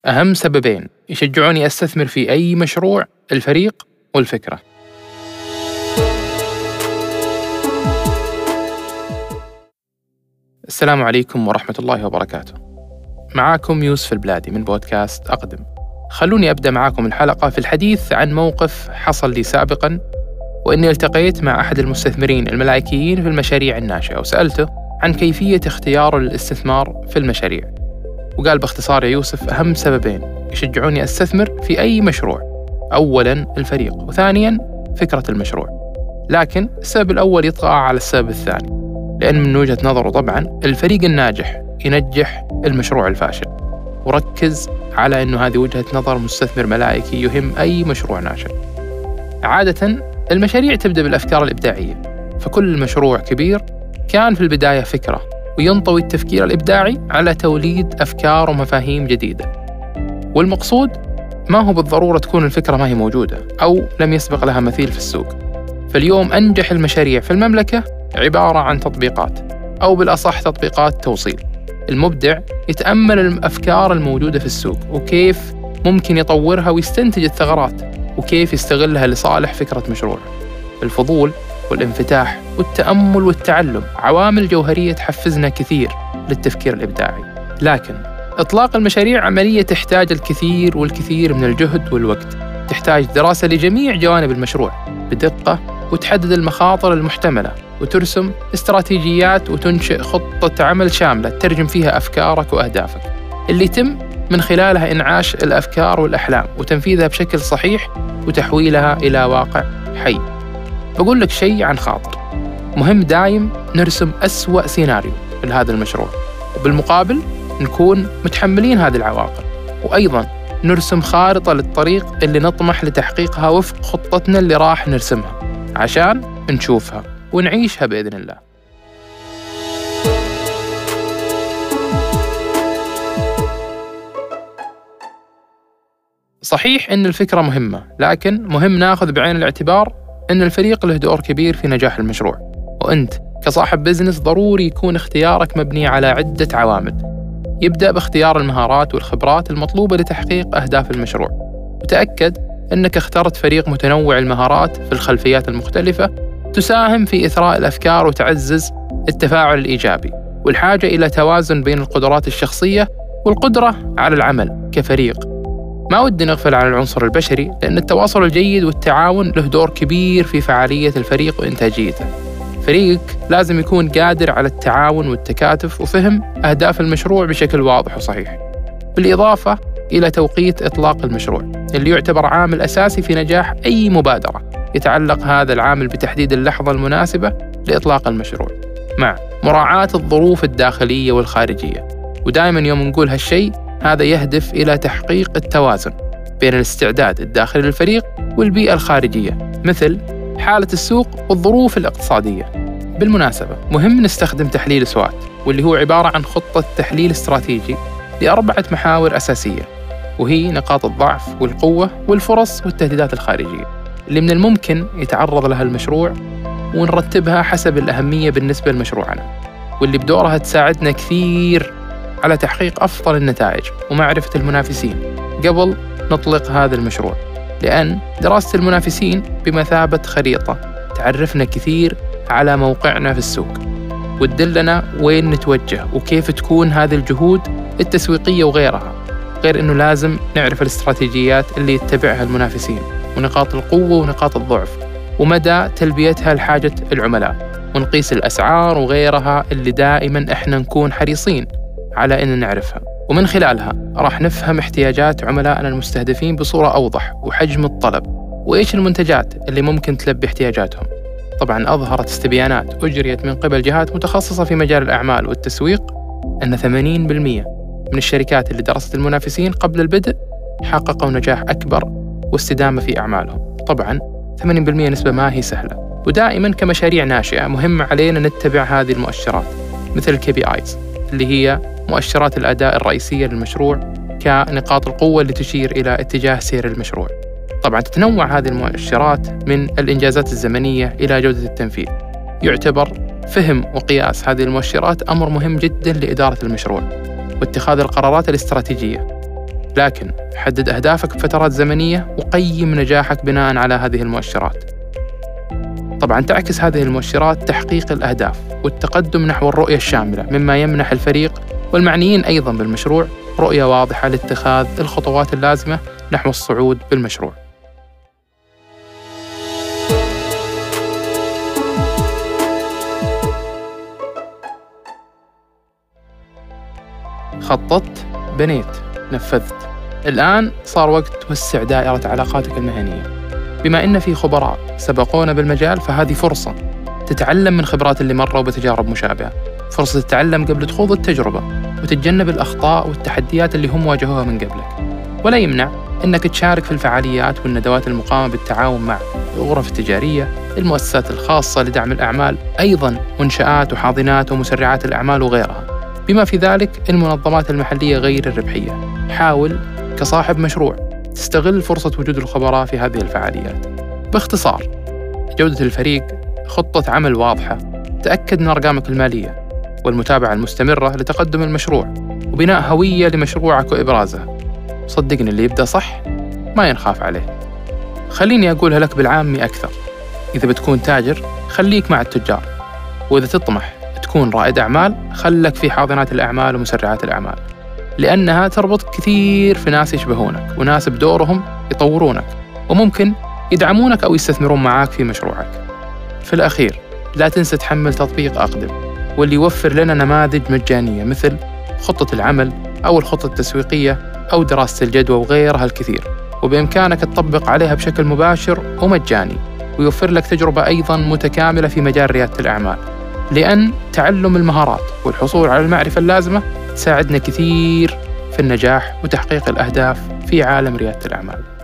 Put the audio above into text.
أهم سببين يشجعوني أستثمر في أي مشروع: الفريق والفكرة. السلام عليكم ورحمة الله وبركاته. معاكم يوسف البلادي من بودكاست أقدم. خلوني أبدأ معاكم الحلقة في الحديث عن موقف حصل لي سابقاً، وإني التقيت مع أحد المستثمرين الملائكيين في المشاريع الناشئة وسألته عن كيفية اختياره للاستثمار في المشاريع. وقال باختصار: يا يوسف، أهم سببين يشجعوني أستثمر في أي مشروع: أولاً الفريق، وثانياً فكرة المشروع. لكن السبب الأول يطغى على السبب الثاني، لأن من وجهة نظره طبعاً الفريق الناجح ينجح المشروع الفاشل. وركز على أنه هذه وجهة نظر مستثمر ملائكي يهم أي مشروع ناشئ. عادة المشاريع تبدأ بالأفكار الإبداعية، فكل مشروع كبير كان في البداية فكرة، وينطوي التفكير الإبداعي على توليد أفكار ومفاهيم جديدة. والمقصود ما هو بالضرورة تكون الفكرة ما هي موجودة أو لم يسبق لها مثيل في السوق. فاليوم أنجح المشاريع في المملكة عبارة عن تطبيقات، أو بالأصح تطبيقات توصيل. المبدع يتأمل الأفكار الموجودة في السوق وكيف ممكن يطورها ويستنتج الثغرات، وكيف يستغلها لصالح فكرة مشروع. الفضول والانفتاح والتأمل والتعلم عوامل جوهرية تحفزنا كثير للتفكير الإبداعي. لكن إطلاق المشاريع عملية تحتاج الكثير والكثير من الجهد والوقت، تحتاج دراسة لجميع جوانب المشروع بدقة، وتحدد المخاطر المحتملة، وترسم استراتيجيات، وتنشئ خطة عمل شاملة تترجم فيها أفكارك وأهدافك، اللي يتم من خلالها إنعاش الأفكار والأحلام وتنفيذها بشكل صحيح وتحويلها إلى واقع حي. بقول لك شيء عن خاطر مهم: دايم نرسم أسوأ سيناريو لهذا المشروع، وبالمقابل نكون متحملين هذه العواقب، وأيضاً نرسم خارطة للطريق اللي نطمح لتحقيقها وفق خطتنا اللي راح نرسمها عشان نشوفها ونعيشها بإذن الله. صحيح إن الفكرة مهمة، لكن مهم ناخذ بعين الاعتبار إن الفريق له دور كبير في نجاح المشروع. وأنت كصاحب بزنس ضروري يكون اختيارك مبني على عدة عوامل. يبدأ باختيار المهارات والخبرات المطلوبة لتحقيق أهداف المشروع، وتأكد أنك اخترت فريق متنوع المهارات في الخلفيات المختلفة تساهم في إثراء الأفكار وتعزز التفاعل الإيجابي، والحاجة إلى توازن بين القدرات الشخصية والقدرة على العمل كفريق. ما ودي نغفل عن العنصر البشري، لأن التواصل الجيد والتعاون له دور كبير في فعالية الفريق وإنتاجيته. فريق لازم يكون قادر على التعاون والتكاتف وفهم أهداف المشروع بشكل واضح وصحيح، بالإضافة إلى توقيت إطلاق المشروع اللي يعتبر عامل أساسي في نجاح أي مبادرة. يتعلق هذا العامل بتحديد اللحظة المناسبة لإطلاق المشروع مع مراعاة الظروف الداخلية والخارجية. ودائما يوم نقول هالشيء هذا يهدف إلى تحقيق التوازن بين الاستعداد الداخلي للفريق والبيئة الخارجية، مثل حالة السوق والظروف الاقتصادية. بالمناسبة مهم نستخدم تحليل سوات، واللي هو عبارة عن خطة تحليل استراتيجي ل4 محاور أساسية، وهي نقاط الضعف والقوة والفرص والتهديدات الخارجية اللي من الممكن يتعرض لها المشروع، ونرتبها حسب الأهمية بالنسبة لمشروعنا، واللي بدورها تساعدنا كثير على تحقيق أفضل النتائج ومعرفة المنافسين قبل نطلق هذا المشروع. لأن دراسة المنافسين بمثابة خريطة تعرفنا كثير على موقعنا في السوق، وتدلنا وين نتوجه وكيف تكون هذه الجهود التسويقية وغيرها. غير أنه لازم نعرف الاستراتيجيات اللي يتبعها المنافسين، ونقاط القوة ونقاط الضعف، ومدى تلبيتها لحاجة العملاء، ونقيس الأسعار وغيرها اللي دائما إحنا نكون حريصين على أن نعرفها. ومن خلالها راح نفهم احتياجات عملائنا المستهدفين بصورة أوضح، وحجم الطلب، وإيش المنتجات اللي ممكن تلبي احتياجاتهم. طبعاً أظهرت استبيانات أجريت من قبل جهات متخصصة في مجال الأعمال والتسويق أن 80% من الشركات اللي درست المنافسين قبل البدء حققوا نجاح أكبر واستدامة في أعمالهم. طبعاً 80% نسبة ما هي سهلة، ودائماً كمشاريع ناشئة مهم علينا نتبع هذه المؤشرات، مثل KPIs اللي هي مؤشرات الأداء الرئيسية للمشروع، كنقاط القوة اللي تشير إلى اتجاه سير المشروع. طبعاً تتنوع هذه المؤشرات من الإنجازات الزمنية إلى جودة التنفيذ. يعتبر فهم وقياس هذه المؤشرات أمر مهم جداً لإدارة المشروع واتخاذ القرارات الاستراتيجية. لكن حدد أهدافك بفترات زمنية وقيم نجاحك بناء على هذه المؤشرات. طبعاً تعكس هذه المؤشرات تحقيق الأهداف والتقدم نحو الرؤية الشاملة، مما يمنح الفريق والمعنيين أيضاً بالمشروع رؤية واضحة لاتخاذ الخطوات اللازمة نحو الصعود بالمشروع. خططت، بنيت، نفذت. الآن صار وقت توسع دائرة علاقاتك المهنية. بما إن في خبراء سبقونا بالمجال، فهذه فرصة تتعلم من خبرات اللي مروا بتجارب مشابهة، فرصة تتعلم قبل تخوض التجربة وتتجنب الأخطاء والتحديات اللي هم واجهوها من قبلك. ولا يمنع إنك تشارك في الفعاليات والندوات المقامة بالتعاون مع الغرف التجارية، المؤسسات الخاصة لدعم الأعمال، أيضاً منشآت وحاضنات ومسرعات الأعمال وغيرها، بما في ذلك المنظمات المحلية غير الربحية. حاول كصاحب مشروع تستغل فرصة وجود الخبراء في هذه الفعاليات. باختصار، جودة الفريق، خطة عمل واضحة، تأكد من أرقامك المالية، والمتابعة المستمرة لتقدم المشروع، وبناء هوية لمشروعك وإبرازها. صدقني اللي يبدأ صح ما ينخاف عليه. خليني أقولها لك بالعامي أكثر، إذا بتكون تاجر خليك مع التجار، وإذا تطمح تكون رائد أعمال خلك في حاضنات الأعمال ومسرعات الأعمال، لأنها تربط كثير في ناس يشبهونك وناس بدورهم يطورونك وممكن يدعمونك أو يستثمرون معاك في مشروعك. في الأخير لا تنسى تحمل تطبيق أقدم، واللي يوفر لنا نماذج مجانية مثل خطة العمل أو الخطة التسويقية أو دراسة الجدوى وغيرها الكثير، وبإمكانك تطبق عليها بشكل مباشر ومجاني، ويوفر لك تجربة أيضاً متكاملة في مجال ريادة الأعمال، لأن تعلم المهارات والحصول على المعرفة اللازمة تساعدنا كثير في النجاح وتحقيق الأهداف في عالم ريادة الأعمال.